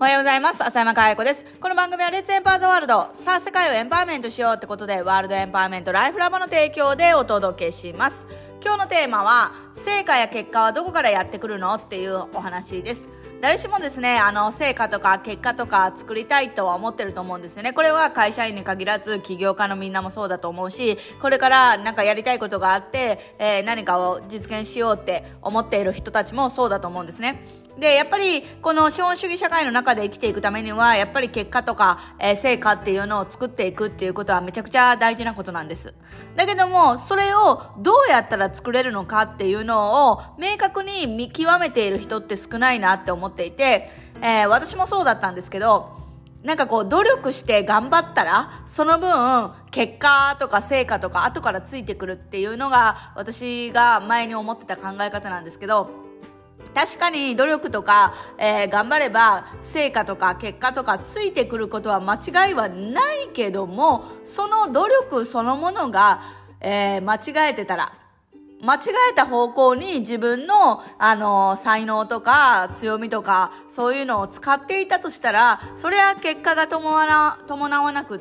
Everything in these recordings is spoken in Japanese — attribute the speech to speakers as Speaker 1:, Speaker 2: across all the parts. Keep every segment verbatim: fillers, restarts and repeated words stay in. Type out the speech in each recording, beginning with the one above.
Speaker 1: おはようございます。浅山かや子です。この番組はレッツエンパワーザワールド。さあ、世界をエンパワーメントしようってことで、ワールドエンパワーメントライフラボの提供でお届けします。今日のテーマは、成果や結果はどこからやってくるのっていうお話です。誰しもですね、あの、成果とか結果とか作りたいとは思ってると思うんですよね。これは会社員に限らず、起業家のみんなもそうだと思うし、これからなんかやりたいことがあって、えー、何かを実現しようって思っている人たちもそうだと思うんですね。で、やっぱりこの資本主義社会の中で生きていくためには、やっぱり結果とか、えー、成果っていうのを作っていくっていうことはめちゃくちゃ大事なことなんです。だけども、それをどうやったら作れるのかっていうのを明確に見極めている人って少ないなって思っていて、えー、私もそうだったんですけど、なんかこう努力して頑張ったら、その分結果とか成果とか後からついてくるっていうのが私が前に思ってた考え方なんですけど、確かに努力とか、えー、頑張れば成果とか結果とかついてくることは間違いはないけども、その努力そのものが、えー、間違えてたら、間違えた方向に自分の、あの、才能とか強みとかそういうのを使っていたとしたら、それは結果が伴わ、伴わなくって、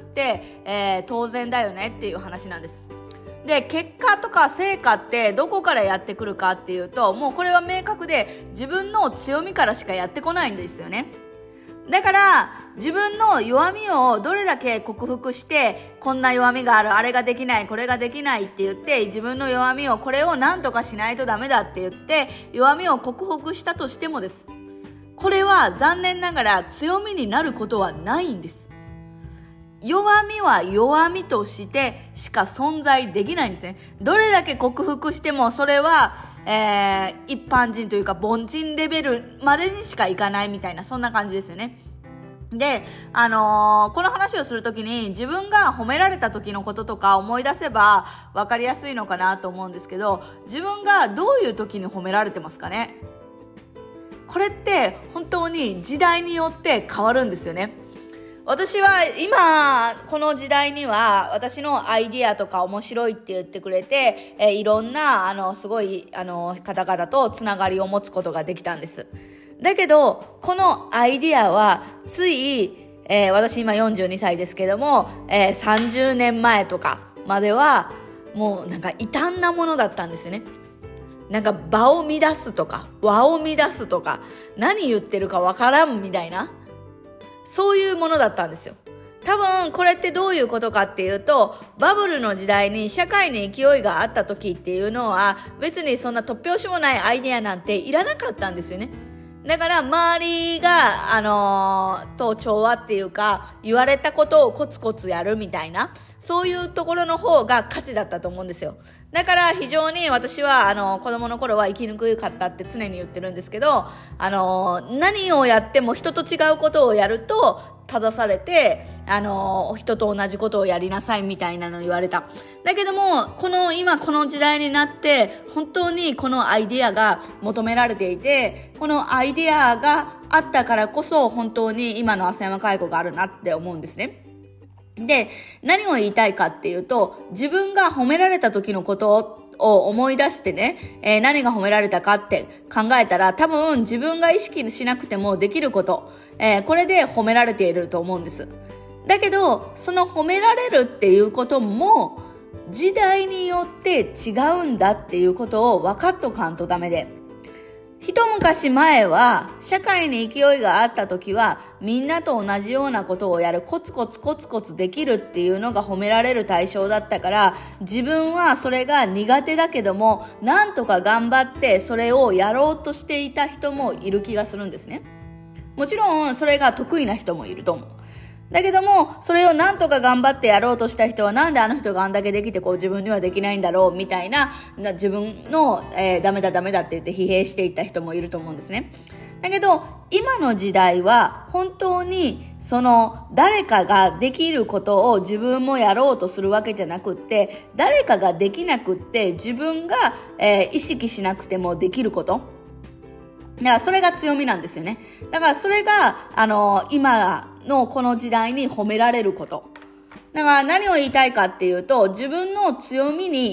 Speaker 1: えー、当然だよねっていう話なんです。で、結果とか成果ってどこからやってくるかっていうと、もうこれは明確で自分の強みからしかやってこないんですよね。だから自分の弱みをどれだけ克服して、こんな弱みがある、あれができない、これができないって言って、自分の弱みをこれを何とかしないとダメだって言って弱みを克服したとしてもです、これは残念ながら強みになることはないんです。弱みは弱みとしてしか存在できないんですね。どれだけ克服してもそれは、えー、一般人というか凡人レベルまでにしかいかないみたいな、そんな感じですよね。で、あのー、この話をするときに自分が褒められた時のこととか思い出せば分かりやすいのかなと思うんですけど、自分がどういう時に褒められてますかね。これって本当に時代によって変わるんですよね。私は今この時代には私のアイディアとか面白いって言ってくれて、えー、いろんなあのすごいあの方々とつながりを持つことができたんです。だけどこのアイディアはつい、えー、私今よんじゅうにさいですけども、えー、さんじゅうねんまえとかまではもうなんか異端なものだったんですよね。なんか場を乱すとか和を乱すとか何言ってるかわからんみたいな、そういうものだったんですよ。多分これってどういうことかっていうと、バブルの時代に社会に勢いがあった時っていうのは別にそんな突拍子もないアイディアなんていらなかったんですよね。だから周りがあのー、と調和っていうか言われたことをコツコツやるみたいな、そういうところの方が価値だったと思うんですよ。だから非常に私はあの子供の頃は生きにくかったって常に言ってるんですけど、あのー、何をやっても人と違うことをやると正されて、あのー、人と同じことをやりなさいみたいなのを言われた。だけどもこの今この時代になって本当にこのアイディアが求められていて、このアイディアがあったからこそ本当に今の浅山かや子があるなって思うんですね。で、何を言いたいかっていうと、自分が褒められた時のことを思い出してね、えー、何が褒められたかって考えたら、多分自分が意識しなくてもできること、えー、これで褒められていると思うんです。だけどその褒められるっていうことも時代によって違うんだっていうことを分かっとかんとダメで、一昔前は社会に勢いがあった時はみんなと同じようなことをやる、コツコツコツコツできるっていうのが褒められる対象だったから、自分はそれが苦手だけどもなんとか頑張ってそれをやろうとしていた人もいる気がするんですね。もちろんそれが得意な人もいると思う。だけどもそれをなんとか頑張ってやろうとした人は、なんであの人があんだけできてこう自分にはできないんだろうみたいな、自分の、えー、ダメだダメだって言って疲弊していった人もいると思うんですね。だけど今の時代は本当にその誰かができることを自分もやろうとするわけじゃなくって、誰かができなくって自分が、えー、意識しなくてもできること、だからそれが強みなんですよね。だからそれがあの今のこの時代に褒められること。だから何を言いたいかっていうと、自分の強みに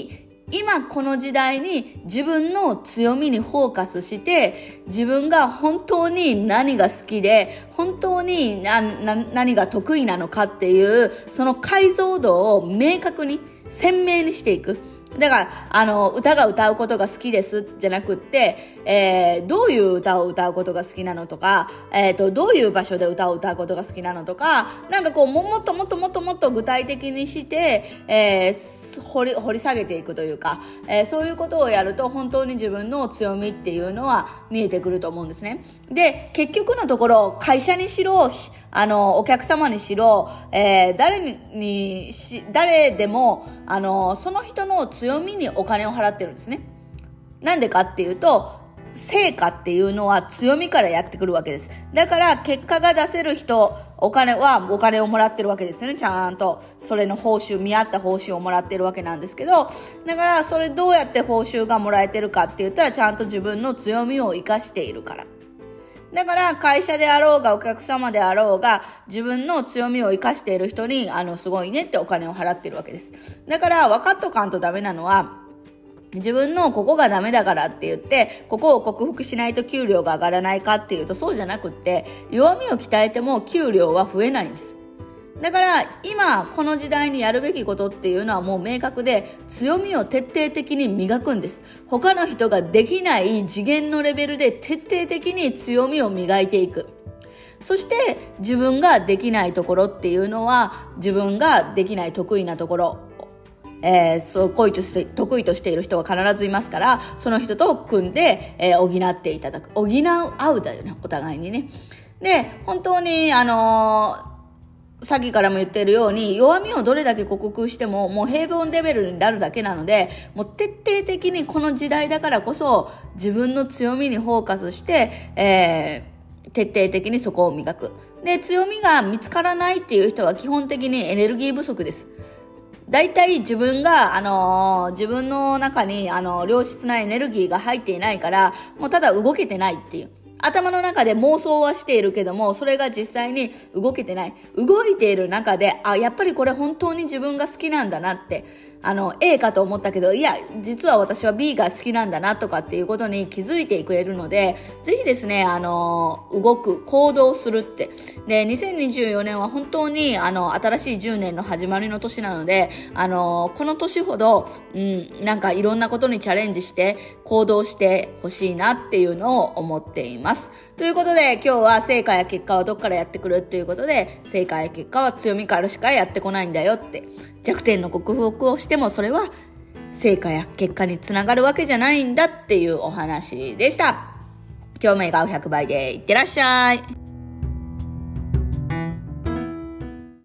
Speaker 1: 今この時代に自分の強みにフォーカスして、自分が本当に何が好きで、本当に何、何が得意なのかっていう、その解像度を明確に鮮明にしていく。だから、あの、歌が歌うことが好きですじゃなくって、えー、どういう歌を歌うことが好きなのとか、えっと、どういう場所で歌を歌うことが好きなのとか、なんかこう、もっともっともっともっと具体的にして、えー、掘り、掘り下げていくというか、えー、そういうことをやると本当に自分の強みっていうのは見えてくると思うんですね。で、結局のところ、会社にしろ、あの、お客様にしろ、えー、誰にし、誰でも、あの、その人の強みにお金を払ってるんですね。なんでかっていうと、成果っていうのは強みからやってくるわけです。だから結果が出せる人、お金はお金をもらってるわけですよね。ちゃんとそれの報酬、見合った報酬をもらってるわけなんですけど、だからそれどうやって報酬がもらえてるかって言ったら、ちゃんと自分の強みを生かしているから。だから会社であろうがお客様であろうが、自分の強みを生かしている人に、あの、すごいねってお金を払ってるわけです。だから分かっとかんとダメなのは、自分のここがダメだからって言って、ここを克服しないと給料が上がらないかっていうと、そうじゃなくって、弱みを鍛えても給料は増えないんです。だから今この時代にやるべきことっていうのはもう明確で、強みを徹底的に磨くんです。他の人ができない次元のレベルで徹底的に強みを磨いていく。そして自分ができないところっていうのは、自分ができない得意なところ、えー、そう得意として得意としている人は必ずいますから、その人と組んで、えー、補っていただく。補う合うだよね、お互いにね。で、本当にあのーさっきからも言っているように、弱みをどれだけ克服してももう平凡レベルになるだけなので、もう徹底的にこの時代だからこそ自分の強みにフォーカスして、えー、徹底的にそこを磨く。で、強みが見つからないっていう人は基本的にエネルギー不足です。だいたい自分が、あのー、自分の中に、あのー、良質なエネルギーが入っていないから、もうただ動けてないっていう。頭の中で妄想はしているけども、それが実際に動けてない。動いている中で、あ、やっぱりこれ本当に自分が好きなんだなって、あの、A かと思ったけど、いや、実は私は B が好きなんだなとかっていうことに気づいてくれるので、ぜひですね、あの、動く、行動するって。で、にせんにじゅうよねんは本当に、あの、新しいじゅうねんの始まりの年なので、あの、この年ほど、うん、なんかいろんなことにチャレンジして、行動してほしいなっていうのを思っています。ということで、今日は成果や結果はどっからやってくるっていうことで、成果や結果は強みからしかやってこないんだよって。弱点の克服をしてもそれは成果や結果につながるわけじゃないんだっていうお話でした。今日も笑顔ひゃくばいでいってらっしゃい。